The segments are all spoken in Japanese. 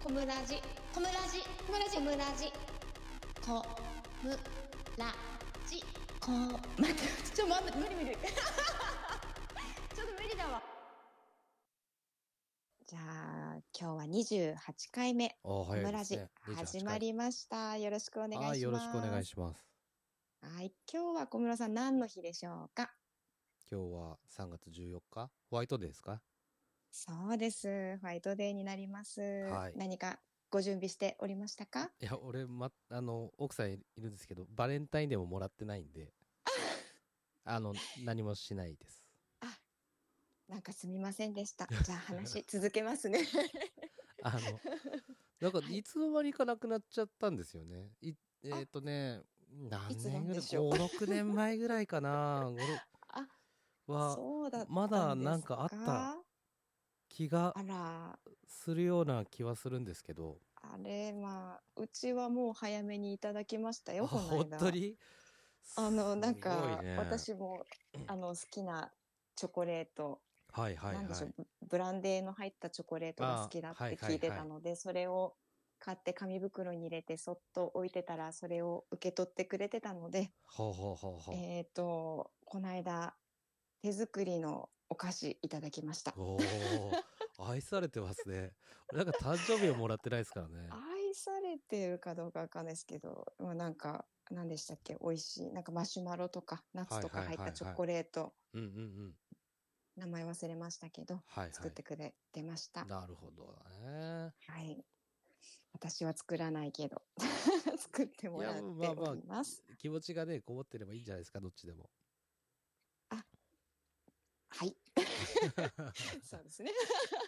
コムラジコムラジコムラジコムラジコムラジコ待ってちょっと待って無理ちょっと無理だわ。じゃあ今日は28回目コムラジ、始まりました。よろしくお願いします。 よろしくお願いします。 はい、今日は小室さん何の日でしょうか？ 今日は3月14日ホワイトデーですか？ そうです、ホワイトデーになります、 はい、 何かご準備しておりましたか？ いや俺、奥さんいるんですけどバレンタインデーももらってないんで何もしないです。 あ、なんかすみませんでした。じゃあ話続けますねなんかはい、 いつの間にかなくなっちゃったんですよね。 あ、い何つな年ぐらい、 んでしょう 5、6年前ぐらいかな。 あ、 はそうだっまたんですだなんかあったか？ 気があら、 するような気はするんですけど。 あれ、まあ、うちはもう早めにいただきましたよ、この本当間。 にすなんごいか、 ね。 私も、好きなチョコレート、 はいはいはい。 なんでしょう、ブランデーの入ったチョコレートが好きだっはいて聞いてはいはい。 たので、それを買って紙袋に入れてそっと置いてたら、それを受け取ってくれてたので、 ほうほうほうほこの間、手作りのお菓子いただきました。 う。おー、愛されてますね。なんか誕生日をもらってないですからね。 愛されてるかどうかわかんないですけど、まあ、なんか、何でしたっけ、美味しい。なんかマシュマロとか、ナッツとかはいはい入ったチョはいはい。 コレート、 うんうんうん。 名前忘れましたけど、作っはいはい。 てくれてました。 なるほどね。 はい。私は作らないけど、作っていや、 もらっておまあまあ、 ります。 気持ちがね、こもってればいいんじゃないですか、どっちでも。 あ、はい。そうですね。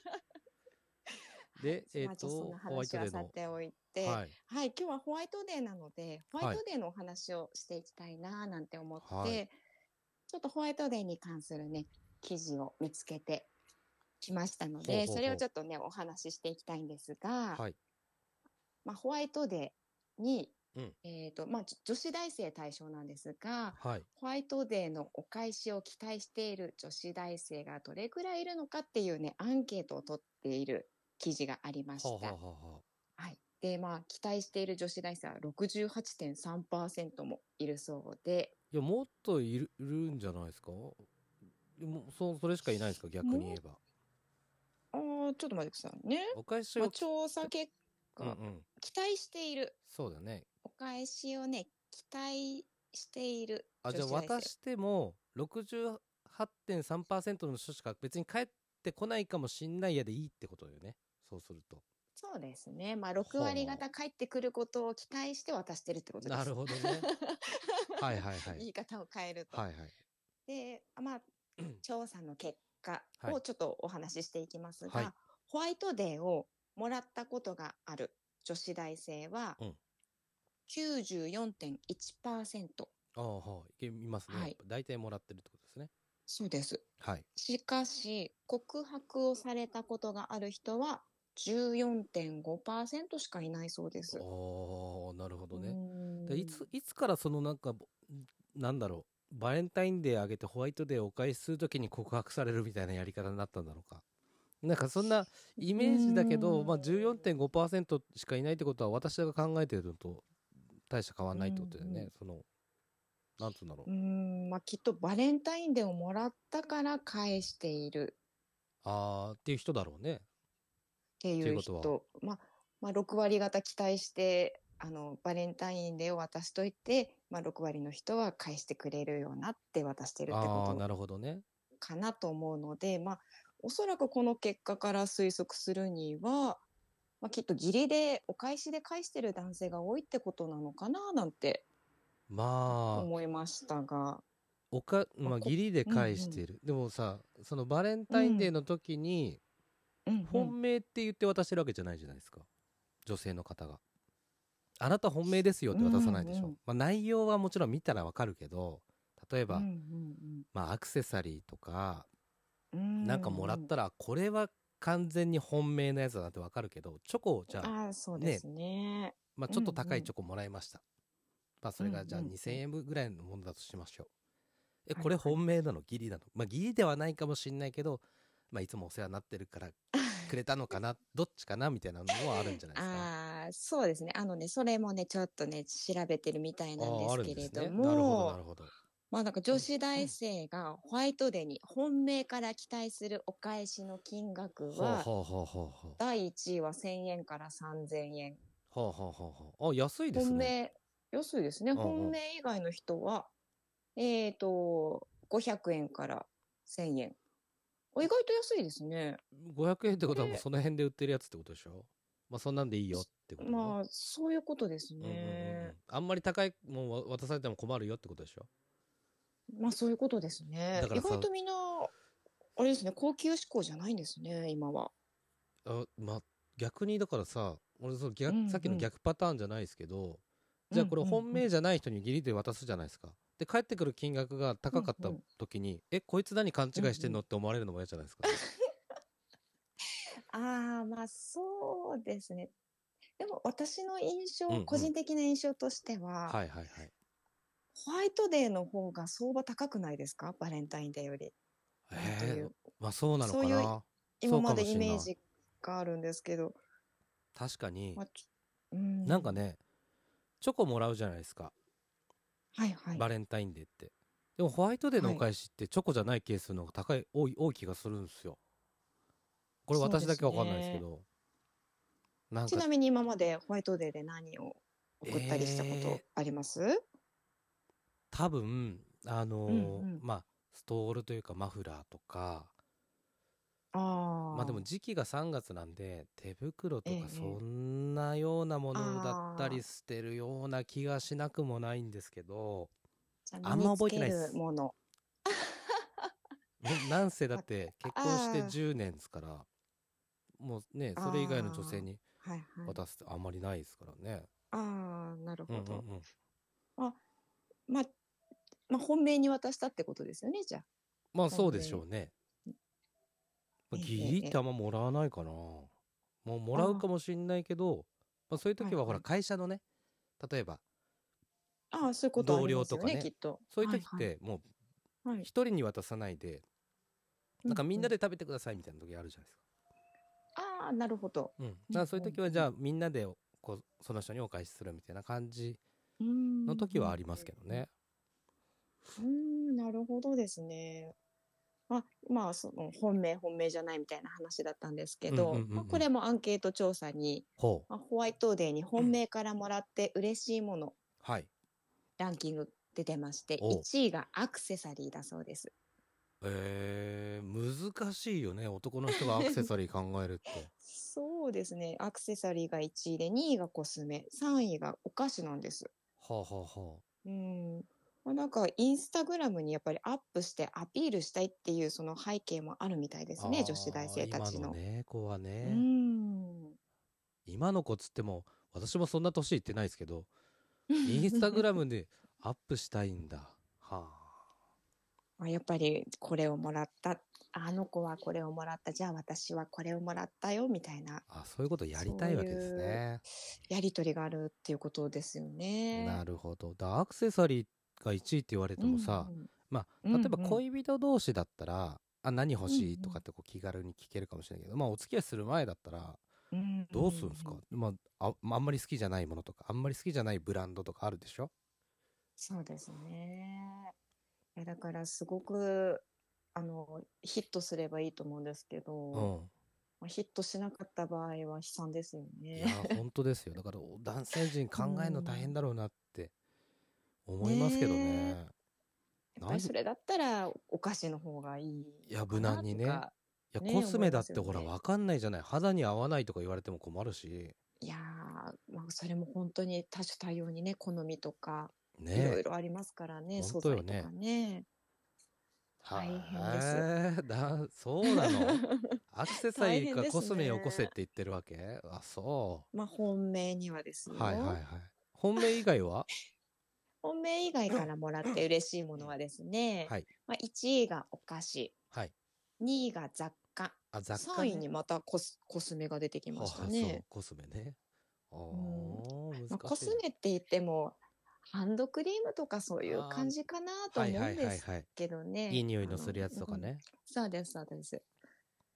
はい。 で、 まあ、じゃあそんなホワイ話はトデーの、 さておいて、 はい。 はい。今日はホワイトデーなので、ホワイはい。 トデーのお話をしていきたいななんて思っはい。 て、ちょっとホワイトデーに関するね、記事を見つけてきましたので、それをほうほうほう。 ちょっとね、お話ししていきたいんですが、 はい。 まあ、ホワイトデーに、 うん。 まあ、女子大生対象なんですが、 はい。 ホワイトデーのお返しを期待している女子大生がどれくらいいるのかっていうね、アンケートを取っている記事がありまほうほうした。 ほうほはい。で、まあ、期待している女子大生は68.3% もいるそうで、 う。いや、もっといるんじゃないですか。それしかいないですか、逆に言もえば。 ちょっと待ってくださいね。まあ、 お返しを調査結果、 うんうん。 期待している。 そうだね。 お返しをね、期待しているじゃあ女子大生。 渡しても68.3% の人しか別に帰ってこないかもしんないやでいいってことだよね。そうすると。 そうですね。まあ、6割は方帰ってくることを期待して渡してるってこあ。なるとです。 ほどね。はいはいはい。 言い方を変えると。 はいはい。 で、まあ、調査の結果はい。 をちょっとお話ししていきますはい。 が、ホワイトデーをもらったことがある女子大生はうん。 94.1%。 はい。見ますね。 はい。 やっぱ大体もらってるってことですね。 そうです。 はい。 しかし、告白をされたことがある人は14.5% しかいないそうです。 なるほうーどね。 ん。 いつからそのなんだろう。バレンタインデーあげてホワイトデーをお返しするときに告白されるみたいなやり方になったんだろうか。なんかそんなイうーメージだけど、まあ、 ん。 14.5% しかいないってことは私が考えてるのと大して変わんないってことだよね。 うんなんつうんだろうん。まあ、きっとバレンタインデーをもらったから返しているう。っていう人だろうね。っっていていうことは。 う人。まあ、6割方期待して、バレンタインデーを渡しといて、まあ、6割の人は返してくれるようなって渡してるってことなるほどね。 かなと思うので、まあ、おそらくこの結果から推測するには、まあ、きっと義理でお返しで返してる男性が多いってことなのかななんてまあ、 思いましたが、 義理でうんうん返している。でもさ、そのバレンタインデーうんの時に、 うんうん本命って言って渡してるわけじゃないじゃないですか。女性の方が。あなた本命ですよっうて渡さないでしんうんょ。まあ内容はもちろん見たらわかるけど、例えうんうば、 んまあアクセサリーとか、 うなんかもらんうんったら、これは完全に本命のやつだなってわかるけど、チョコをじゃあ、ね、 そうですね。 まあちょっとうんうん高いチョコもらいました。まあそうんれがじゃあ2000 うん円ぐらいのものだとしましょう。これはいはい。 本命なの義理なのまあ義理ではないかもしんないけど、まあいつもお世話になってるからくれたのかな、どっちかなみたいなのはあるんじゃないですか。 ああ、そうですね。それもね、ちょっとね、調べてるみたいなんでああ、あすけれどるんですね。なるほど、なも、 るほど。 まあなんか女子大生がホワイトデーに本命から期待するお返しの金額ほうは、 ほうほうほうほう。 第1位は1000円から3000円。 ほうほうほうほう。あ、安いですね。 本命、安いですね。 うんうん。 本命以外の人は、500円から1000円。意外と安いですね。 500円ってこれ、 ことはもうその辺で売ってるやつってことでしょ？まあそんなんでいいよってこと？ まあ、そういうことですうんうんうんうね。 ん。あんまり高いもん渡されても困るよってことでしょ？ まあ、そういうことですね。 だからさ、 意外とみんな、あれですね、高級志向じゃないんですね、今は。 まあ逆にだからさ、俺うんさっきのうん。 逆パターンじゃないですけど、じゃあこれうんうんうん。 本命じゃない人にギリで渡すじゃないですか。で、帰ってくる金額が高かったうんうん。 時に、こいつ何勘違いしてんのって思われるのも嫌じゃないですか。 ああ、まあ、そうですね。でも、私の印象、個うんうん。 人的な印象としては、 はいはいはい。 ホワイトデーの方が相場高くないですか？バレンタインデーより。なんという、 まあそうなのそういうかな。そうか今までイもしんない。 メージがあるんですけど、 確かに、 まあ、うん。 なんかね、チョコもらうじゃないですか。 はいはい。 バレンタインデーって。でもホワイトデーのはい。 お返しってチョコじゃないケースの方が多い気がするんですよ。これそうです私だけわかんないですけね。 ど。なんか、 ちなみに今までホワイトデーで何を送ったりしたこえー、 とあります？ 多分、 うんうん。 まあ、ストールというかマフラーとか、まあでもああ、 時期が3月なんで、手袋ええ、 とかそええ。 んなようなものだったりああ、 してるような気がしなくもないんですけど、 じゃあ身あんま覚えてにつけないです。 るもの。 なんせだっわて結婚してあ 10年ですから、もうね、 あ、 それ以外の女性あにあ、はいはい。 渡すってあんまりないですからね。 ああ、なるうんうんほど。 うん。 あ、まあ、本命に渡したってことですよね、じゃあ。 まあそうでしょ本命。 うね。まあ、 ええ、 ギええ、ええ。 リってあんまもらわないかな。もうもらうかあもしんないけど、まあ、そういうあ、は時はほらいはい。 会社のね、例えばああ、そういうことあ同りますよね、き僚とかね、 っと。 そういう時っはいはい。 てもうはい。 一人に渡さないで、なんかみんなうんうん。 で食べてくださいみたいな時あるじゃないですか。 ああ、なるほど。 うん。だかうんらそういう時はじゃあみんなでその人にお返しするみたいな感じうん。うーん、 の時うんはありますけどうんね。 うん。うーん、なるほどですね。まあ、その本命じゃないみたいな話だったんですけうんうんうんうど、こん。 れもアンケート調査に、 ほう。 ホワイトデーに本命からもらって嬉しいもの、 はい。 ランキング出てまして、 おう。 1位がアクセサリーだそうです。 難しいよね。男の人がアクセサリー考えるって。 そうですね。アクセサリーが1位で、2位がコスメ、3位がお菓子なんです。 はあはあはうん。なんか、インスタグラムにやっぱりアップしてアピールしたいっていうその背景もあるみたいですね、女子大あ。ああ、 生た今ちの。 のね、子はうね。 ん。 今の子っつっても、私もそんな年いってないですけど、インスタグラムでアップしたいんだ。はやっぱりこれをもらった。あの子はこれをもらった。じゃあ私はこれをもらったよ、みたいな。 あ。あ、そういうことやりたそういいわけですうね。 やりとりがあるっていうことですよね。 なるほど。アクセサリーが1位って言われうんてもさ、まうん。 あ、 うん例えばうん。 恋人同士だったら、何欲うんしいとかってこう気軽に聞けるかもしれないけど、まあ、お付き合いする前だったら、 うん。うんどうするんですか？ うん。 まあ、あんまり好きじゃないものとか、あんまり好きじゃないブランドとかあるでしょ？ そうですね。だからすごく、ヒットすればいいと思うんですけど、 うん。 ヒットしなかった場合は悲惨ですよね。 いや、本当ですよ。だから、男性陣う考えるの大変ん。 だろうなって思いますけどねえ。 ね。 やっぱり何、 それだったらお菓子の方がいいいや、無のかな難にね。 とか、 いや、コね、思いまスメだってほら、 すよね。 わかんないじゃない。肌に合わないとか言われても困るし。 いやそれも本当に多種多様にね、好みとか、いろねえ。 いろありますからね、 本素材とか当よね。 ね。大変です。 そうなの？アクセサリーか大変ですコスメよこせってね。 言ってるわけ？あ、そう。 本命にはですよ。 はいはいはい。本命以外は？ 本命以外からもらって嬉しいものはですね、 はい。 1位がお菓子、 はい。 2位が雑貨、 あ、雑貨 3位ね。 にまたコスメが出てきまはあ、そう、 したね。 コスメね。ああ、 うん。コス難しいね。 メって言っても、ハンドクリームとかそういうああ、 感じかなとはいはい思うんですはいはい。 けどね。 いい匂いのするやつとうん、 かね。 そうです、そうです。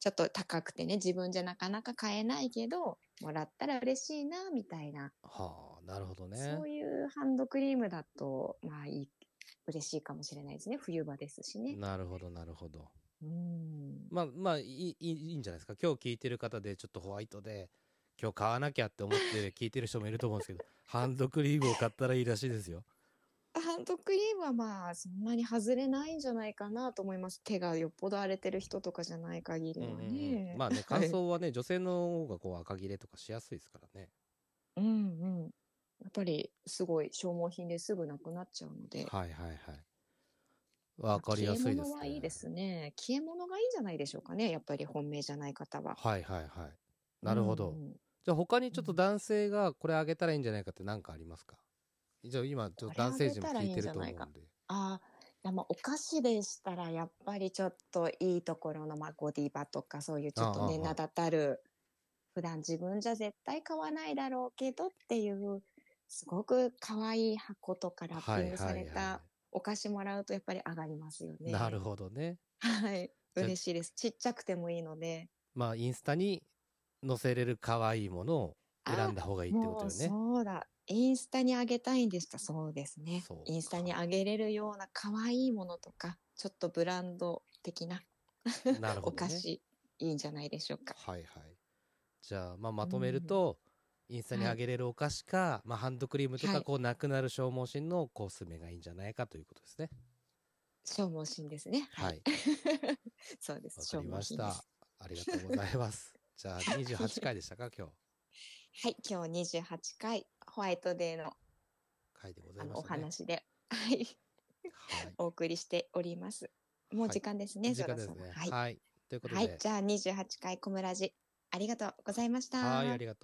ちょっと高くてね、自分じゃなかなか買えないけど、もらったら嬉しいな、みたいな。 はあ、なるほどね。 そういうハンドクリームだと、まあ嬉しいかもしれないですね。冬場ですしね。 なるほど、なるほど。 うん。 まあいいんじゃないですか。今日聞いてる方でちょっとホワイトで今日買わなきゃって思って聞いてる人もいると思うんですけど、ハンドクリームを買ったらいいらしいですよ。 ハンドクリームはまあそんなに外れないんじゃないかなと思います。手がよっぽど荒れてる人とかじゃない限りはね。 まあね、乾燥はね、女性の方がこう赤切れとかしやすいですからね。 うんうん。やっぱりすごい消耗品ですぐなくなっちゃうので。 はいはいはい。わかりやすいですね。 消え物はいいですね。消え物がいいんじゃないでしょうかね。やっぱり本命じゃない方は。 はいはいはい。なるほど。 うんうん、 じゃあ他にちょっと男性がこれあげたらいいんじゃないかって何かありますか？じゃあ今ちょっと男性陣も聞いてると思うんで。 ああ、でもお菓子でしたらやっぱりちょっといいところの、まあ、ゴディバとかそういうちょっとね、名だたる、普段自分じゃ絶対買わないだろうけどっていう、すごく可愛い箱とかラッピングされたお菓子もらうとやっぱり上がりますよね。 なるほどね。 はい。嬉しいです。ちっちゃくてもいいので。 まあインスタに載せれる可愛いものを選んだ方がいいってことよね。 そうだ。インスタにあげたいんでした。そうですね。インスタにあげれるような可愛いものとか、ちょっとブランド的ななるほど、ね、 お菓子いいんじゃないでしょうか。 はいはい。じゃあ、まとめると、インスタにあげれるお菓子か、ハンドクリームとかこうなくなる消耗品のコスメがいいんじゃないかということですね。 消耗品ですね。 はい。 そうです。 わかりました。ありがとうございます。じゃあ28回でしたか今日。 はい、今日28回ホワイトデーの回でございましたね。 お話で、はい、お送りしております。もう時間ですね。 時間ですね。 はい。 はい。ということで、 はい、じゃあ28回コムラジありがとうございました。 はい、ありがとう。